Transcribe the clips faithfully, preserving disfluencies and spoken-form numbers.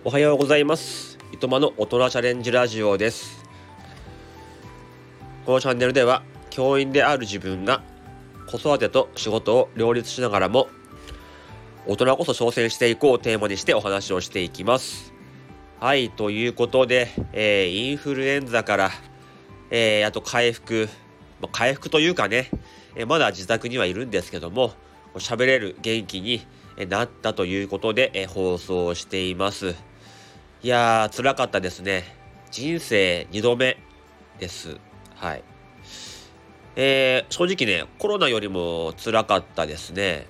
おはようございます。いとまの大人チャレンジラジオです。このチャンネルでは教員である自分が子育てと仕事を両立しながらも大人こそ挑戦していこうをテーマにしてお話をしていきます。はい、ということで、えー、インフルエンザから、えー、あと回復、まあ、回復というかね、えー、まだ自宅にはいるんですけども喋れる元気になったということで、えー、放送しています。いやー辛かったですね。人生にどめです。はい。えー、正直ねコロナよりも辛かったですね。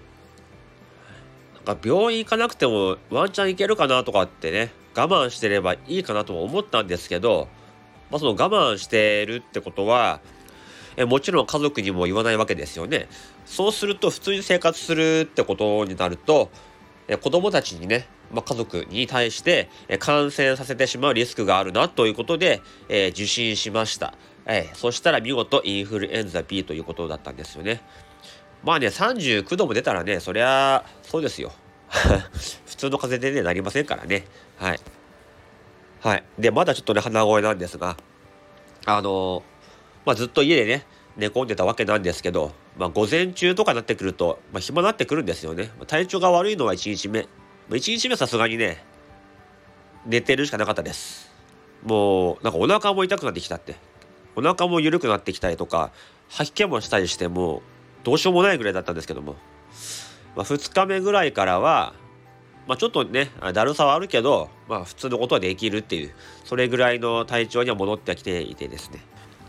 なんか病院行かなくてもワンチャン行けるかなとかってね我慢してればいいかなとも思ったんですけど、まあ、その我慢してるってことはえもちろん家族にも言わないわけですよね。そうすると普通に生活するってことになるとえ子供たちにね、まあ、家族に対してえ感染させてしまうリスクがあるなということで、えー受診しました。えーそしたら見事インフルエンザ B ということだったんですよね。まあねさんじゅうきゅうども出たらねそりゃそうですよ普通の風邪でねなりませんからね。はいはいでまだちょっとね鼻声なんですがあのーまあ、ずっと家でね寝込んでたわけなんですけど、まあ、午前中とかになってくると、まあ、暇になってくるんですよね。まあ体調が悪いのはいちにちめ、まあ、いちにちめはさすがにね寝てるしかなかったです。もうなんかお腹も痛くなってきたってお腹も緩くなってきたりとか吐き気もしたりしてもうどうしようもないぐらいだったんですけども、まあ、ふつかめぐらいからは、まあ、ちょっとねだるさはあるけど、まあ、普通のことはできるっていうそれぐらいの体調には戻ってきていてですね、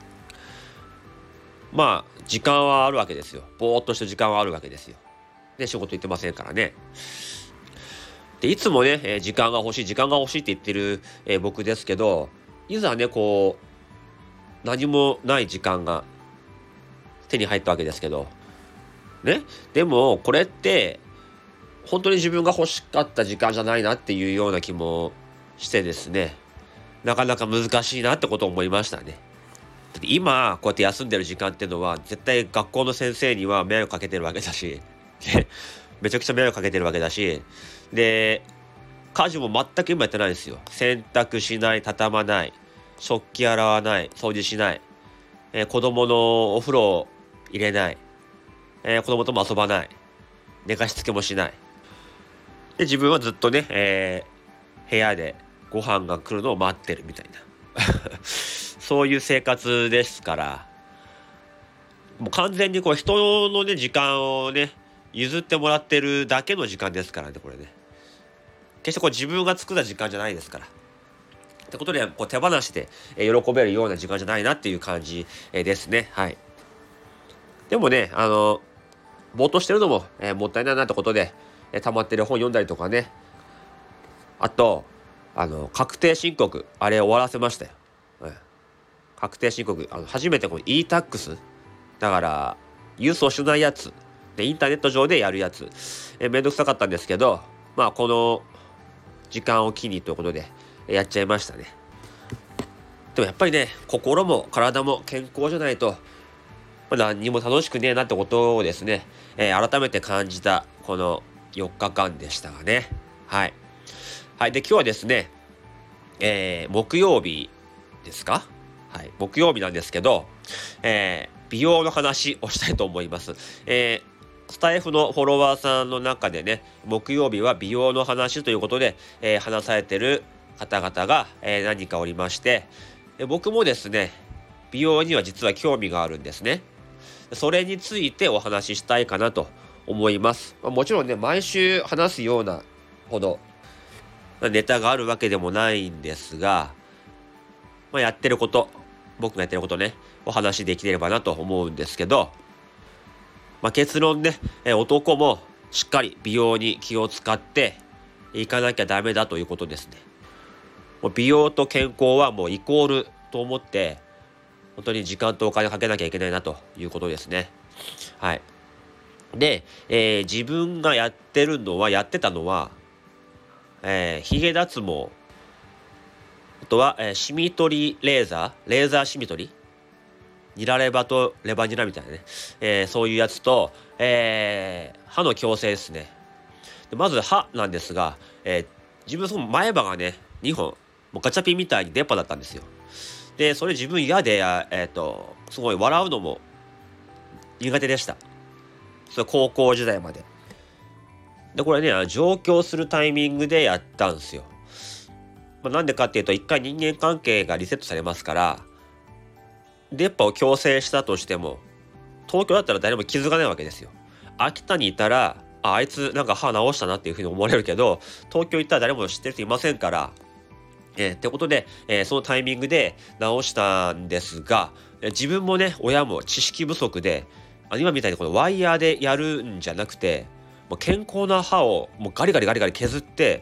まあ時間はあるわけですよ。ぼーっとした時間はあるわけですよ。で仕事行ってませんからね。でいつもね、えー時間が欲しい時間が欲しいって言ってる、えー僕ですけど、いざねこう何もない時間が手に入ったわけですけどね。でもこれって本当に自分が欲しかった時間じゃないなっていうような気もしてですね、なかなか難しいなってことを思いましたね。だって今こうやって休んでる時間っていうのは絶対学校の先生には迷惑かけてるわけだしでめちゃくちゃ迷惑かけてるわけだし、で家事も全く今やってないんですよ。洗濯しない、畳まない、食器洗わない、掃除しない、えー子供のお風呂入れない、えー子供とも遊ばない、寝かしつけもしない。で自分はずっとね、えー部屋でご飯が来るのを待ってるみたいなそういう生活ですから、もう完全にこう人のね時間をね譲ってもらってるだけの時間ですからね、これね。決してこう自分が作った時間じゃないですから。ってことでこう手放してえー喜べるような時間じゃないなっていう感じえーですね。はい。でもね、あのぼーっとしてるのも、えーもったいないなってことで、えー溜まってる本読んだりとかね。あとあの確定申告あれ終わらせましたよ。うん、確定申告あの初めてこの e タックスだから郵送しないやつでインターネット上でやるやつ、えーめんどくさかったんですけど、まあこの時間を機にということでやっちゃいましたね。でもやっぱりね心も体も健康じゃないと、まあ、何にも楽しくねえなってことをですね、えー改めて感じたこのよっかかんでしたがね。はいはい。で今日はですね、えー木曜日ですか。はい木曜日なんですけど、えー美容の話をしたいと思います。えースタイフのフォロワーさんの中でね木曜日は美容の話ということで、えー話されてる方々が、えー何人かおりまして、え僕もですね美容には実は興味があるんですね。それについてお話ししたいかなと思います。まあもちろんね毎週話すようなほどネタがあるわけでもないんですが、まあ、やってること僕がやってることねお話しできればなと思うんですけど、まあ、結論ね、えー男もしっかり美容に気を使っていかなきゃダメだということですね。もう美容と健康はもうイコールと思って本当に時間とお金かけなきゃいけないなということですね。はい。で、えー自分がやってるのはやってたのは、えー、ヒゲ脱毛、あとは、えー、シミ取りレーザーレーザーシミ取りニラレバとレバニラみたいなね、えーそういうやつと、えー歯の矯正ですね。でまず歯なんですが、えー自分その前歯がねにほんもうガチャピンみたいに出っ歯だったんですよ。でそれ自分嫌で、えー、とすごい笑うのも苦手でした。それ高校時代まで。でこれね上京するタイミングでやったんですよ。まあ、なんでかっていうと一回人間関係がリセットされますから、出っ歯を矯正したとしても東京だったら誰も気づかないわけですよ。秋田にいたら あ, あいつなんか歯直したなっていうふうに思われるけど、東京行ったら誰も知ってる人いませんから、えー、ってことで、えー、そのタイミングで直したんですが、自分もね親も知識不足で、今みたいにこのワイヤーでやるんじゃなくて、もう健康な歯をもうガリガリガリガリ削って、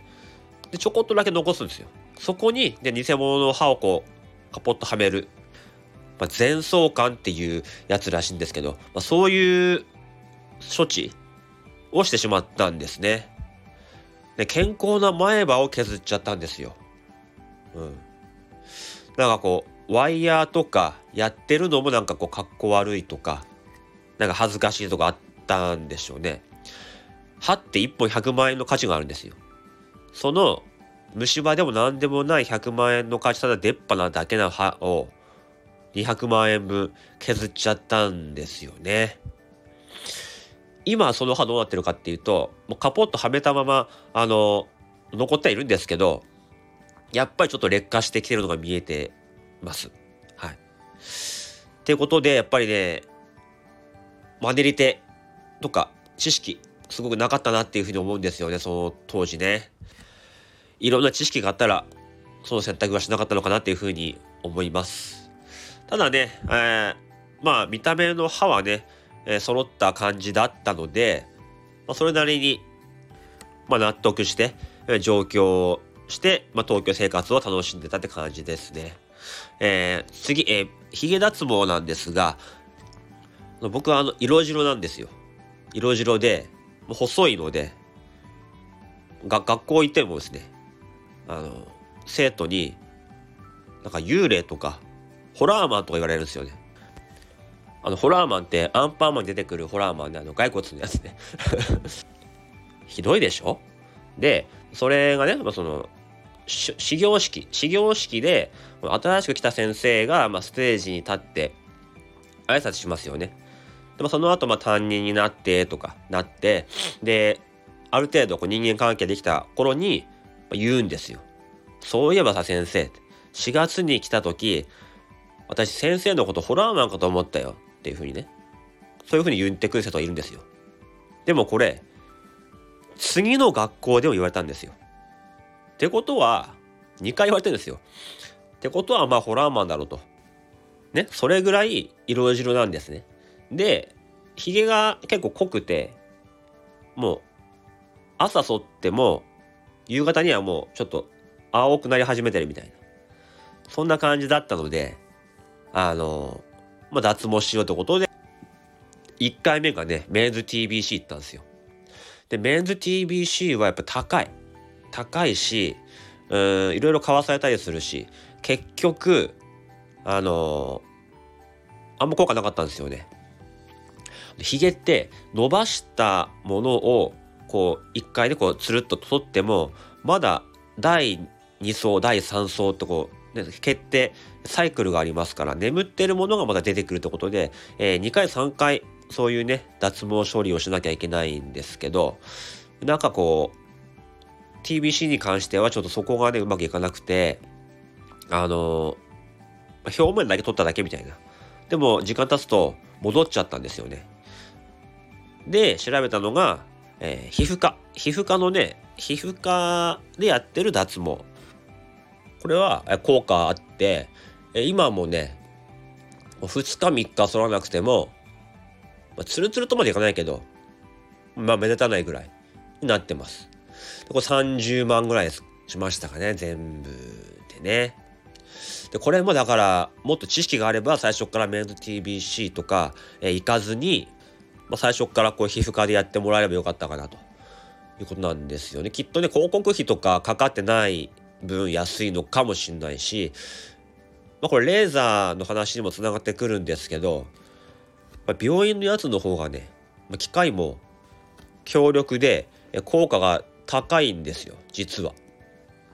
でちょこっとだけ残すんですよ。そこにで偽物の歯をこうカポッとはめる、まあ、前奏感っていうやつらしいんですけど、まあ、そういう処置をしてしまったんですね。で健康な前歯を削っちゃったんですよ。うん。なんかこうワイヤーとかやってるのもなんかこうかっこ悪いとか、なんか恥ずかしいとかあったんでしょうね。歯っていっぽんひゃくまんえんの価値があるんですよ。その虫歯でも何でもないひゃくまんえんの価値、ただ出っ歯なだけな歯をにひゃくまんえんぶん削っちゃったんですよね。今その歯どうなってるかっていうと、もうカポッとはめたままあの残ってはいるんですけど、やっぱりちょっと劣化してきてるのが見えてます。はい。っていうことでやっぱりね、マネリテとか知識すごくなかったなっていうふうに思うんですよね。その当時ね、いろんな知識があったらその選択はしなかったのかなっていうふうに思います。ただね、えー、まあ見た目の歯はね、えー、揃った感じだったので、まあ、それなりに、まあ、納得して、えー、上京して、まあ、東京生活を楽しんでたって感じですね。えー、次、えー、ヒゲ脱毛なんですが、僕はあの色白なんですよ。色白でもう細いので、が学校行ってもですね、あの生徒になんか幽霊とかホラーマンとか言われるんですよね。あのホラーマンってアンパンマンに出てくるホラーマンで、あの骸骨のやつねひどいでしょ。でそれがね、まあ、その始業式始業式で新しく来た先生が、まあ、ステージに立って挨拶しますよね。でもその後まあ担任になってとかなって、である程度こう人間関係できた頃に言うんですよ。そういえばさ先生、しがつに来た時私先生のことホラーマンかと思ったよっていう風にね、そういう風に言ってくる生徒がいるんですよ。でもこれ次の学校でも言われたんですよ。ってことはにかい言われてるんですよ。ってことはまあホラーマンだろうとね、それぐらい色白なんですね。でひげが結構濃くて、もう朝剃っても夕方にはもうちょっと青くなり始めてるみたいな、そんな感じだったので、あのまあ脱毛しようってことでいっかいめがねメンズ ティービーシー 行ったんですよ。でメンズ ティービーシー はやっぱ高い高いし、うーんいろいろ買わされたりするし、結局あのあんま効果なかったんですよね。ひげって伸ばしたものをこういっかいでこうつるっと取ってもまだだいに層だいさん層ってこう、ね、毛ってサイクルがありますから、眠ってるものがまだ出てくるってことで、えー、にかいさんかいそういうね脱毛処理をしなきゃいけないんですけど、なんかこう ティービーシー に関してはちょっとそこがねうまくいかなくて、あのー、表面だけ取っただけみたいな。でも時間経つと戻っちゃったんですよね。で調べたのが、えー、皮膚科皮膚科のね皮膚科でやってる脱毛、これは効果あって、今もねふつかみっか剃らなくても、まあ、ツルツルとまでいかないけどまあ目立たないぐらいになってます。でこれさんじゅうまんぐらいしましたかね、全部でね。でこれもだからもっと知識があれば最初からメンズ ティービーシー とか、えー、行かずに、まあ、最初からこう皮膚科でやってもらえればよかったかなということなんですよね。きっとね広告費とかかかってない分安いのかもしれないし、まあ、これレーザーの話にもつながってくるんですけど、まあ、病院のやつの方がね、まあ、機械も強力で効果が高いんですよ実は。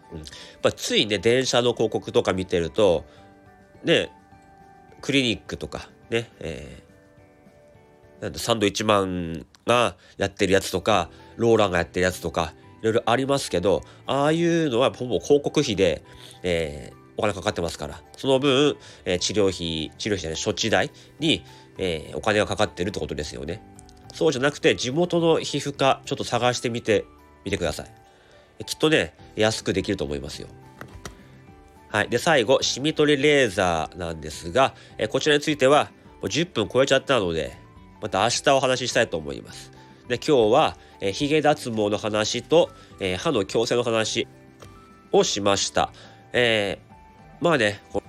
うん、やっぱついね電車の広告とか見てるとね、クリニックとかね、えー、なんだサンドイッチマンがやってるやつとかローランがやってるやつとかいろいろありますけど、ああいうのはほぼ広告費で、えー、お金かかってますから、その分、えー、治療費治療費じゃない処置代に、えー、お金がかかってるってことですよね。そうじゃなくて地元の皮膚科ちょっと探してみてみてください。きっとね安くできると思いますよ。はい。で、最後、シミ取りレーザーなんですが、えーこちらについては、もうじゅっぷん超えちゃったので、また明日お話ししたいと思います。で、今日は、えー、髭脱毛の話と、えー歯の矯正の話をしました。えーまあね、こ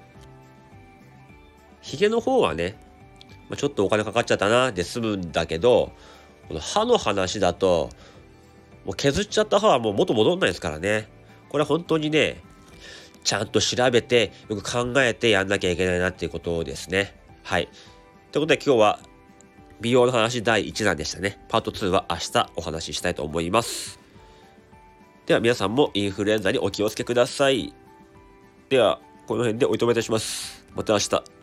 髭の方はね、まあ、ちょっとお金かかっちゃったなで済むんだけど、この歯の話だと、もう削っちゃった歯はもう元戻んないですからね。これは本当にね、ちゃんと調べてよく考えてやんなきゃいけないなっていうことですね。はい。ということで今日は美容の話だいいちだんでしたね。パートツーは明日お話ししたいと思います。では皆さんもインフルエンザにお気をつけください。ではこの辺でおいとめいたします。また明日。